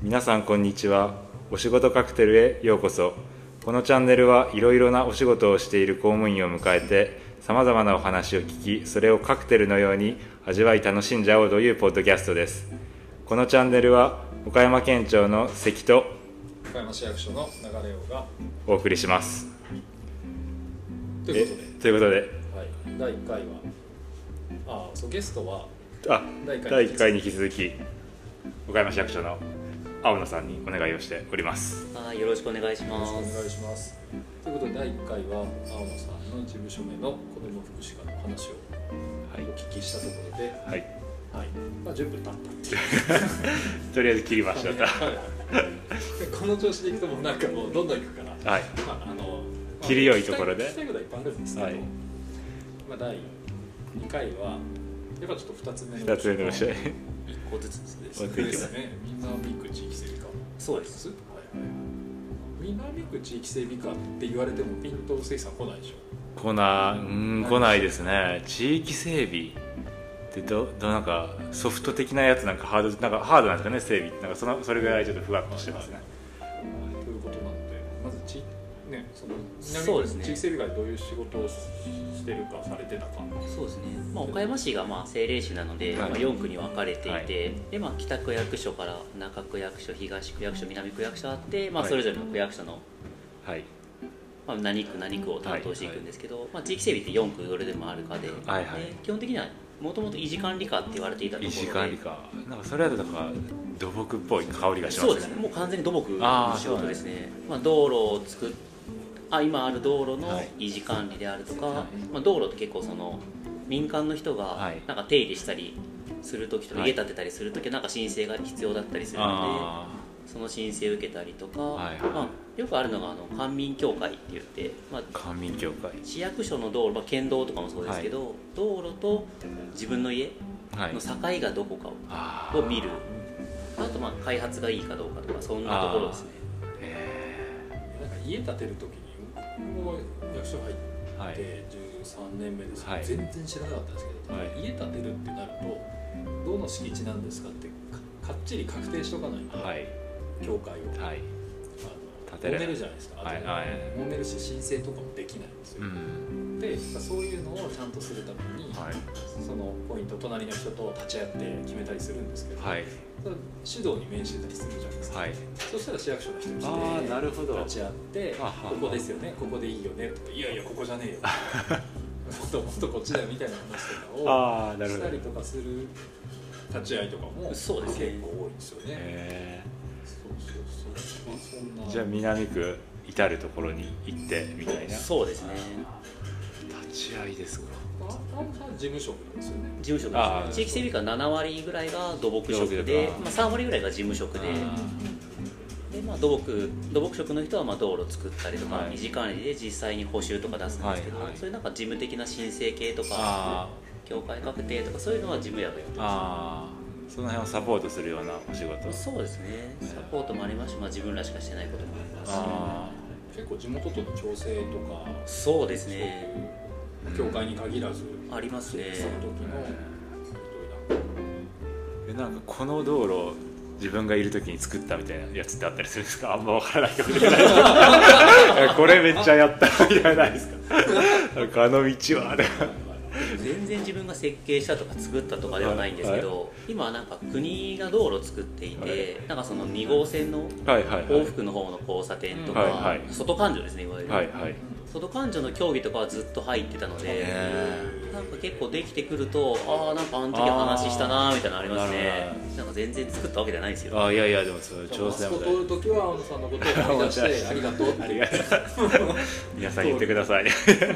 皆さんこんにちは。お仕事カクテルへようこそ。このチャンネルはいろいろなお仕事をしている公務員を迎えて、さまざまなお話を聞き、それをカクテルのように味わい楽しんじゃおうというポッドキャストです。このチャンネルは岡山県庁の関と岡山市役所の流れがお送りします。 ということで、はい、第1回はゲストは第1回に引き続き岡山市役所の青野さんにお願いをしております。 よろしくお願いします。 よろしくお願いします。ということで第1回は青野さんの事務所名の子ども福祉課の話をお聞きしたところで、はいはい、10分経ったっていうとりあえず切りました。 この調子でいくともうなんかもうどんどんいくから、はい、 切り良いところで聞きたいことはいっぱいあるんですけど、はい、第2回はやっぱちょっと2つ目の部署1 個ずつですね。南区地域整備課。 そうです。 はいはい。南区地域整備課って言われてもピンと関さん来ないでしょ。 来ないですね。地域整備ってなんかソフト的なやつ、なんかハードなんですかね、整備なんかそれぐらいちょっとふわっとしてますね。 ということなので、まずその南区地域整備課でどういう仕事をしてるかされてたか。 そうですね。岡山市が政令市なので、はい、4区に分かれていて、はい、で北区役所から中区役所、東区役所、南区役所あって、それぞれの区役所の、はい、何区を担当していくんですけど、地域整備って4区どれでもあるかで、はいはい、基本的にはもともと維持管理課って言われていたところで、維持管理課なんかそれだと土木っぽい香りがしますね。 そうですね。もう完全に土木の仕事ですね。道路を作っ今ある道路の維持管理であるとか、はい、道路って結構民間の人がなんか手入れしたりするときとか、家建てたりするときはなんか申請が必要だったりするので、その申請を受けたりとか、よくあるのが官民協会って言って、 官民協会、 市役所の道路、県道とかもそうですけど、道路と自分の家の境がどこかを見る、あと開発がいいかどうかとか、そんなところですね。 なんか家建てるときにもう役所入って13年目ですけど、全然知らなかったんですけど、家建てるってなるとどの敷地なんですかってかっちり確定しとかないと、協会を、揉めるじゃないですか。揉めるし申請とかもできないんですよ。でそういうのをちゃんとするために、そのポイント隣の人と立ち会って決めたりするんですけど、指導に面してたりするじゃないですか。そしたら市役所の人に来て立ち会ってここですよね、ここでいいよねとか、いやいやここじゃねえよもっとこっちだよみたいな話とかをしたりとかする立ち会いとかも結構多いんですよね。 じゃあ南区至るところに行ってみたいな。 そうですね。 立ち会いですか。 事務職ですよね。 事務職ですね。地域整備課7割ぐらいが土木職で、3割ぐらいが事務職で、土木職の人は道路作ったりとか、維持管理で実際に補修とか出すんですけど、そういうなんか事務的な申請系とか協会確定とか、そういうのは事務屋がやってます。 その辺をサポートするようなお仕事。 そうですね。サポートもありますし、自分らしかしてないこともありますし、 結構地元との調整とか。 そうですね。 協会に限らずありますね。 その時のなんかこの道路自分がいる時に作ったみたいなやつってあったりするんですか？あんま分からないかもしれないですこれめっちゃやったみたいないですか？なんか道は全然自分が設計したとか作ったとかではないんですけど、今はなんか国が道路を作っていて、なんかその2号線の往復の方の交差点とか、外環状ですね、いわゆる。外環状の競技とかはずっと入ってたので、なんか結構できてくると、なんかあの時話したなみたいなのありますね。なんか全然作ったわけじゃないですよ。 いやでもそういう調整も。 マスコ通る時は青野さんのことを思い出してありがとうって皆さん言ってください。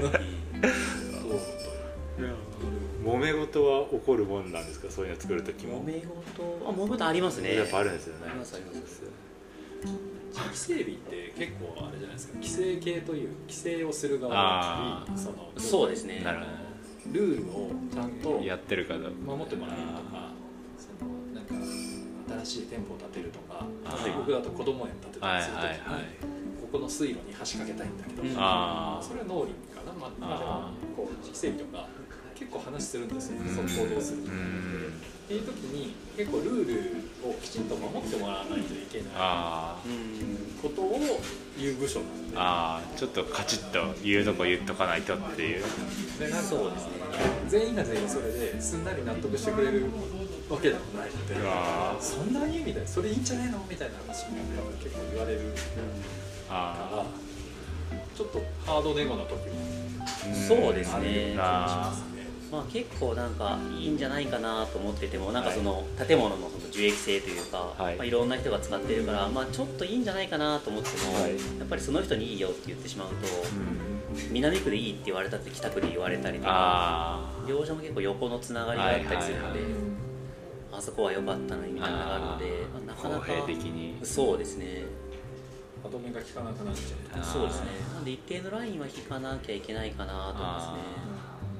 揉め事は起こるもんなんですか？そういうの作る時も。揉め事ありますね。 やっぱあるんですよね。 ありますあります。 地域整備って結構あれじゃないですか、規制系という規制をする側にそうですね。 ルールをちゃんとやってるか守ってもらえるとか、なんか新しい店舗を建てるとか、僕だと子ども園建てたりするときにここの水路に橋かけたいんだけど、それは農林かな。でもこう地域整備とか結構話するんですよね、その行動すると。 っていう時に結構ルールをきちんと守ってもらわないといけないことを言う部署なんで、 ちょっとカチッと言うとこ言っとかないとっていうでなんかそうですね、全員が全員それですんなり納得してくれるわけでもないので、そんなにみたいな、それいいんじゃないのみたいな話も結構言われるからちょっとハードネゴな時もそうですね。まあ、結構なんかいいんじゃないかなと思ってても、なんかその建物のその樹液性というか、まあ、いろんな人が使ってるから、まあ、ちょっといいんじゃないかなと思っても、やっぱりその人にいいよって言ってしまうと、南区でいいって言われたって北区で言われたりとか、両者も結構横のつながりがあったりするので、あそこは良かったのにみたいなのがあるので、なかなか公平的にそうですね、 歯止めが効かなくなっちゃう。 そうですね。なんで一定のラインは引かなきゃいけないかなと思いますね。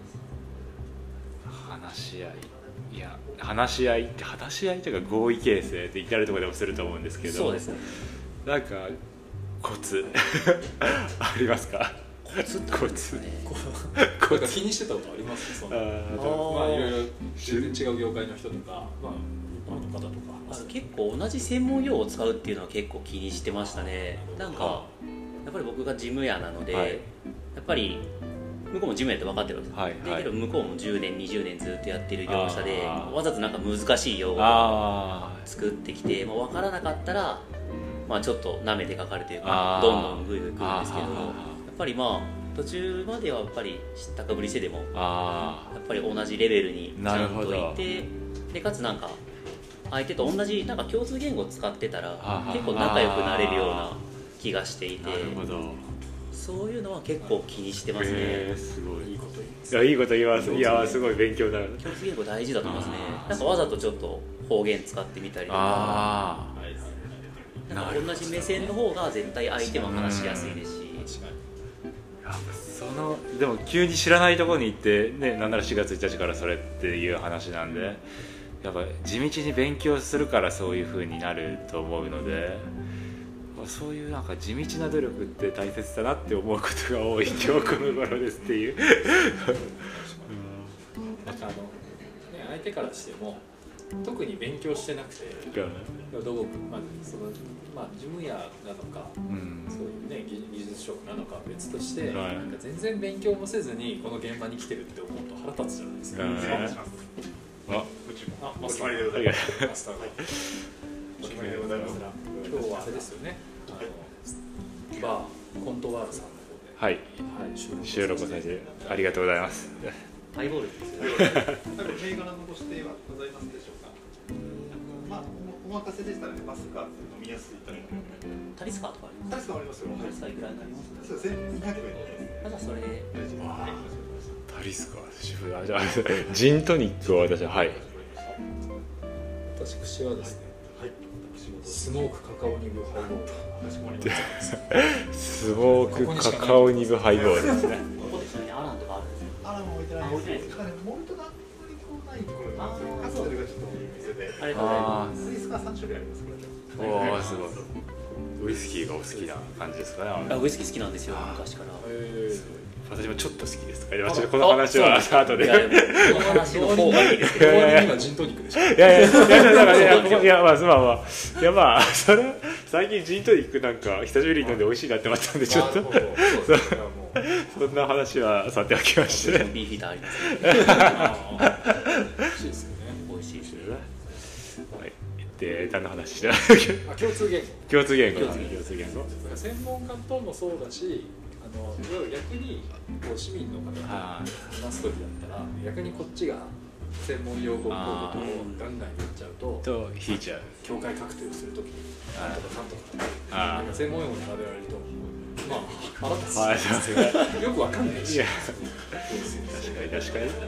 話し合い、いや話し合いというか合意形成って至るところでもすると思うんですけど、 そうですね。 なんかコツありますか？ コツってですね。 なんか気にしてたことありますか？まあいろいろ全然違う業界の人とか、まあ一般の方とか。 結構同じ専門用語を使うっていうのは結構気にしてましたね。なんかやっぱり僕が事務屋なので、やっぱり向こうも事務屋って分かってるんですよ、だけど向こうも10年20年ずっとやってる業者で、わざとなんか難しい用語を作ってきて、分からなかったら、まあ、ちょっと舐めてかかるというか、どんどんグイグイくるんですけど、やっぱりまあ途中まではやっぱり知ったかぶりしてでもやっぱり同じレベルにちゃんといて、でかつなんか相手と同じなんか共通言語を使ってたら結構仲良くなれるような気がしていて、そういうのは結構気にしてますね。 すごいいいこと言います。いいこと言います。いやすごい勉強になる。 共通言語大事だと思いますね。なんかわざとちょっと方言使ってみたりとか、なんか同じ目線の方が絶対相手も話しやすいですし。 でも急に知らないところに行ってね、なんなら4月1日からそれっていう話なんで、やっぱ地道に勉強するからそういう風になると思うので、そういうなんか地道な努力って大切だなって思うことが多い今日この頃ですっていうなんか相手からしても特に勉強してなくて土木、事務屋なのか、そういうね技術職なのかは別として、なんか全然勉強もせずにこの現場に来てるって思うと腹立つじゃないですか。マスターでございます。マスターでございます。今日はあれですよね。バーコントワールさんの方で、 収録をさせてありがとうございます。 ハイボールですよね。 銘柄のご指定はございますでしょうか。お任せでしたらバスカーって飲みやすいタイプ。 タリスカーとかあります。 タリスカーありますよ。 タリスカーいくらになります？ そう1200円です。 じゃあそれで。 タリスカー、じゃあジントニックを私は私はですね。スモークカカオニブハイボール。 スモークカカオニブハイボールですね。 ここですよね。アランとかあるんですか？ アランも置いてないです。モルトがあんまりこうないところなんですよ。カステルがちょっといい店で。 ありがとうございます。 スイスが3種類あります。 おお、すごい。ウイスキーがお好きな感じですかね。 ウイスキー好きなんですよ、昔から。 私もちょっと好きです。この話は後で。 この話の方がいいですけど。 今ジントニックでしょ。 まあそれ最近ジントニックなんか久しぶりに飲んで美味しいなって思ったんでちょっとそんな話はさておきまして。 ビーフィーターありますね。 美味しいですよね。 美味しいですよね。 で何の話してた？ 共通言語。 共通言語。 専門家ともそうだし。逆にこう市民の方が話す時だったら逆にこっちが専門用語をガンガン言っちゃうと引いちゃう。 境界確定をする時になんとかかんとかなんか専門用語に並べられるとまあ腹立つよくわかんないし。確かに。だからまあその辺が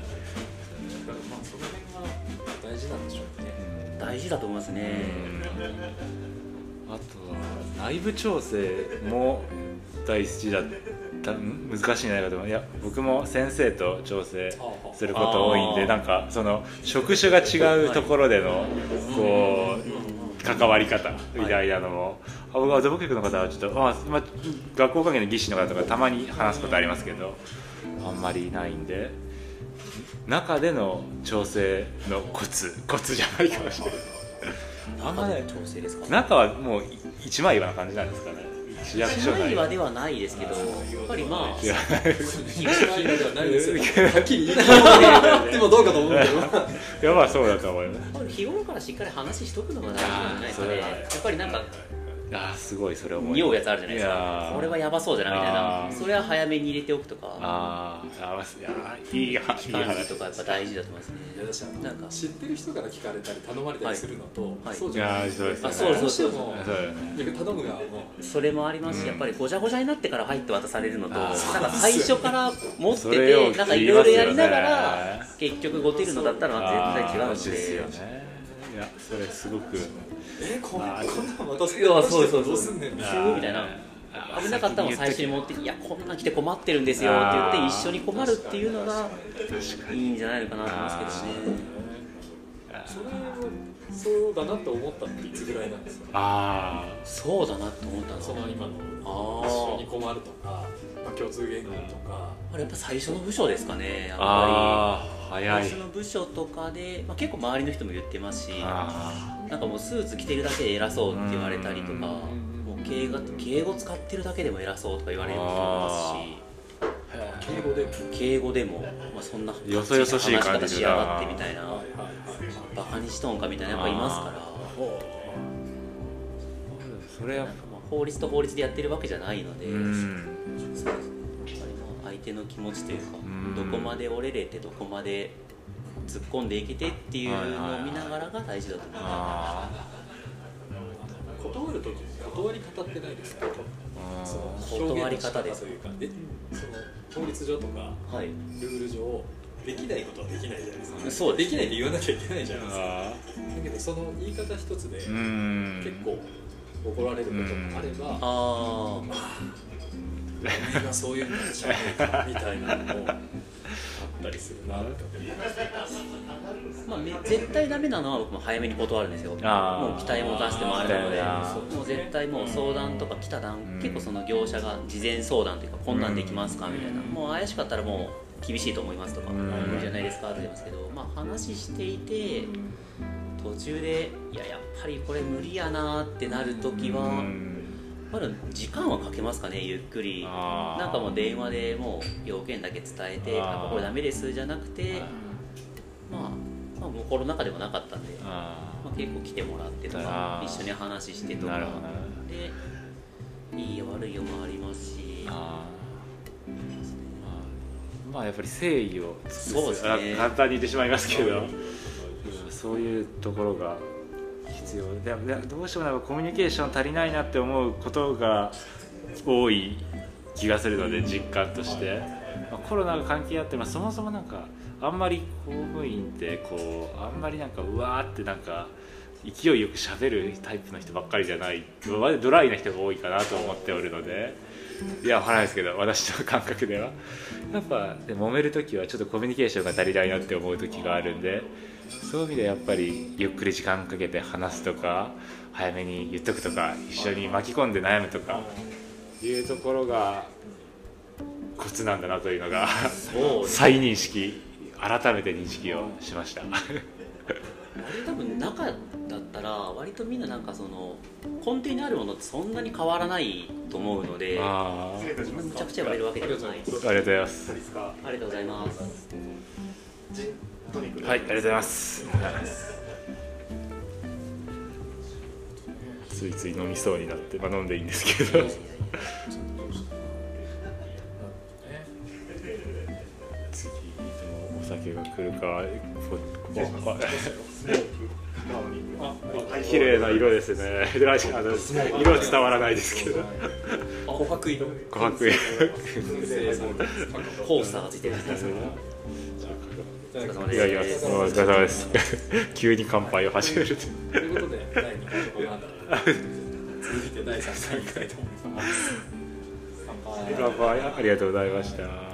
大事なんでしょうね。 大事だと思いますね。 あとは内部調整も大好きだった難しいんじゃないかと思う。いや僕も先生と調整すること多いんで、なんかその職種が違うところでのこう関わり方みたいなのも、僕は土木局の方はちょっと、学校関係の技師の方とかたまに話すことありますけどあんまりないんで、 中での調整のコツじゃないかもしれない。 中での調整ですか。 中はもう一枚岩な感じなんですかね。市役所一枚岩ではないですけど、やっぱりまあ一枚岩ではないですよ。はっきり言ってもどうかと思うけど。 いやまあそうだと思います。 日頃からしっかり話しとくのが大事なんじゃないですかね。やっぱりなんかすごいそれ思い匂うやつあるじゃないですか。これはやばそうじゃなみたいな。それは早めに入れておくとか。いい話とかやっぱ大事だと思いますね。 なんか知ってる人から聞かれたり頼まれたりするのと、そうじゃない。 そう頼む側もそれもありますし、やっぱりごちゃごちゃになってから入って渡されるのと、なんか最初から持っててなんかいろいろやりながら結局ごてるのだったら絶対違うんで。 いやそれすごく。 こんなん渡すどうすんねんみたいな。危なかったのを最初に持って、いやこんなん来て困ってるんですよって言って一緒に困るっていうのがいいんじゃないのかなと思いますけどね。 そうだなと思ったっていつぐらいなんですか。 そうだなと思ったの。 その今の一緒に困るとか、共通言語とか。 あれやっぱ最初の部署ですかね。やっぱり早い。 最初の部署とかで、結構周りの人も言ってますし、なんかもうスーツ着てるだけで偉そうって言われたりとか、もう敬語使ってるだけでも偉そうとか言われる人もいますし、敬語でも、そんなよそよそしい感じしやがってみたいな、バカにしとんかみたいなやっぱいますから。 それは法律と法律でやってるわけじゃないので、相手の気持ちというか、どこまで折れれてどこまで突っ込んでいけてっていうのを見ながらが大事だと思います。 断るとき断り方ってないですか。 断り方ですというか、その法律上とかルール上できないことはできないじゃないですか。そうできないって言わなきゃいけないじゃないですか。だけどその言い方一つで結構怒られることもあれば、みんなそういうんじゃないかみたいなのもあったりするなって思います。 絶対ダメなのは僕も早めに断るんですよ。もう期待も出してもあるので、もう絶対もう相談とか来た結構その業者が事前相談というか、こんなんできますかみたいな、もう怪しかったらもう厳しいと思いますとか、無理じゃないですかって言いますけど、話していて途中でいややっぱりこれ無理やなってなるときは、まだ時間はかけますかね。ゆっくりなんかもう電話でもう要件だけ伝えて、これダメですじゃなくて、もうコロナ禍でもなかったんで、結構来てもらってとか一緒に話してとかで、いいよ悪いよもありますし、 やっぱり誠意をそうですね、 簡単に言ってしまいますけど、そういうところが必要で、どうしてもなんかコミュニケーション足りないなって思うことが多い気がするので、実感として、コロナが関係あって、そもそもなんかあんまり公務員ってあんまりなんかうわーってなんか勢いよく喋るタイプの人ばっかりじゃない、ドライな人が多いかなと思っておるので、いや分からないですけど、私の感覚ではやっぱ揉めるときはちょっとコミュニケーションが足りないなって思うときがあるんで、そういう意味でやっぱりゆっくり時間かけて話すとか、早めに言っとくとか、一緒に巻き込んで悩むとかいうところがコツなんだなというのが再認識、改めて認識をしました。 多分中だったら割とみんななんかその根底にあるものってそんなに変わらないと思うので、むちゃくちゃ言われるわけではないです。 ありがとうございます。 ありがとうございます。 はい、ありがとうございます。ついつい飲みそうになって、飲んでいいんですけど次のお酒が来るか。綺麗な色ですね。色伝わらないですけど。 琥珀色。コースターがついてるんですね。 いただきます。お疲れ様です。急に乾杯を始めるということで、第2回この後続いて第3回と思います。 乾杯。ありがとうございました。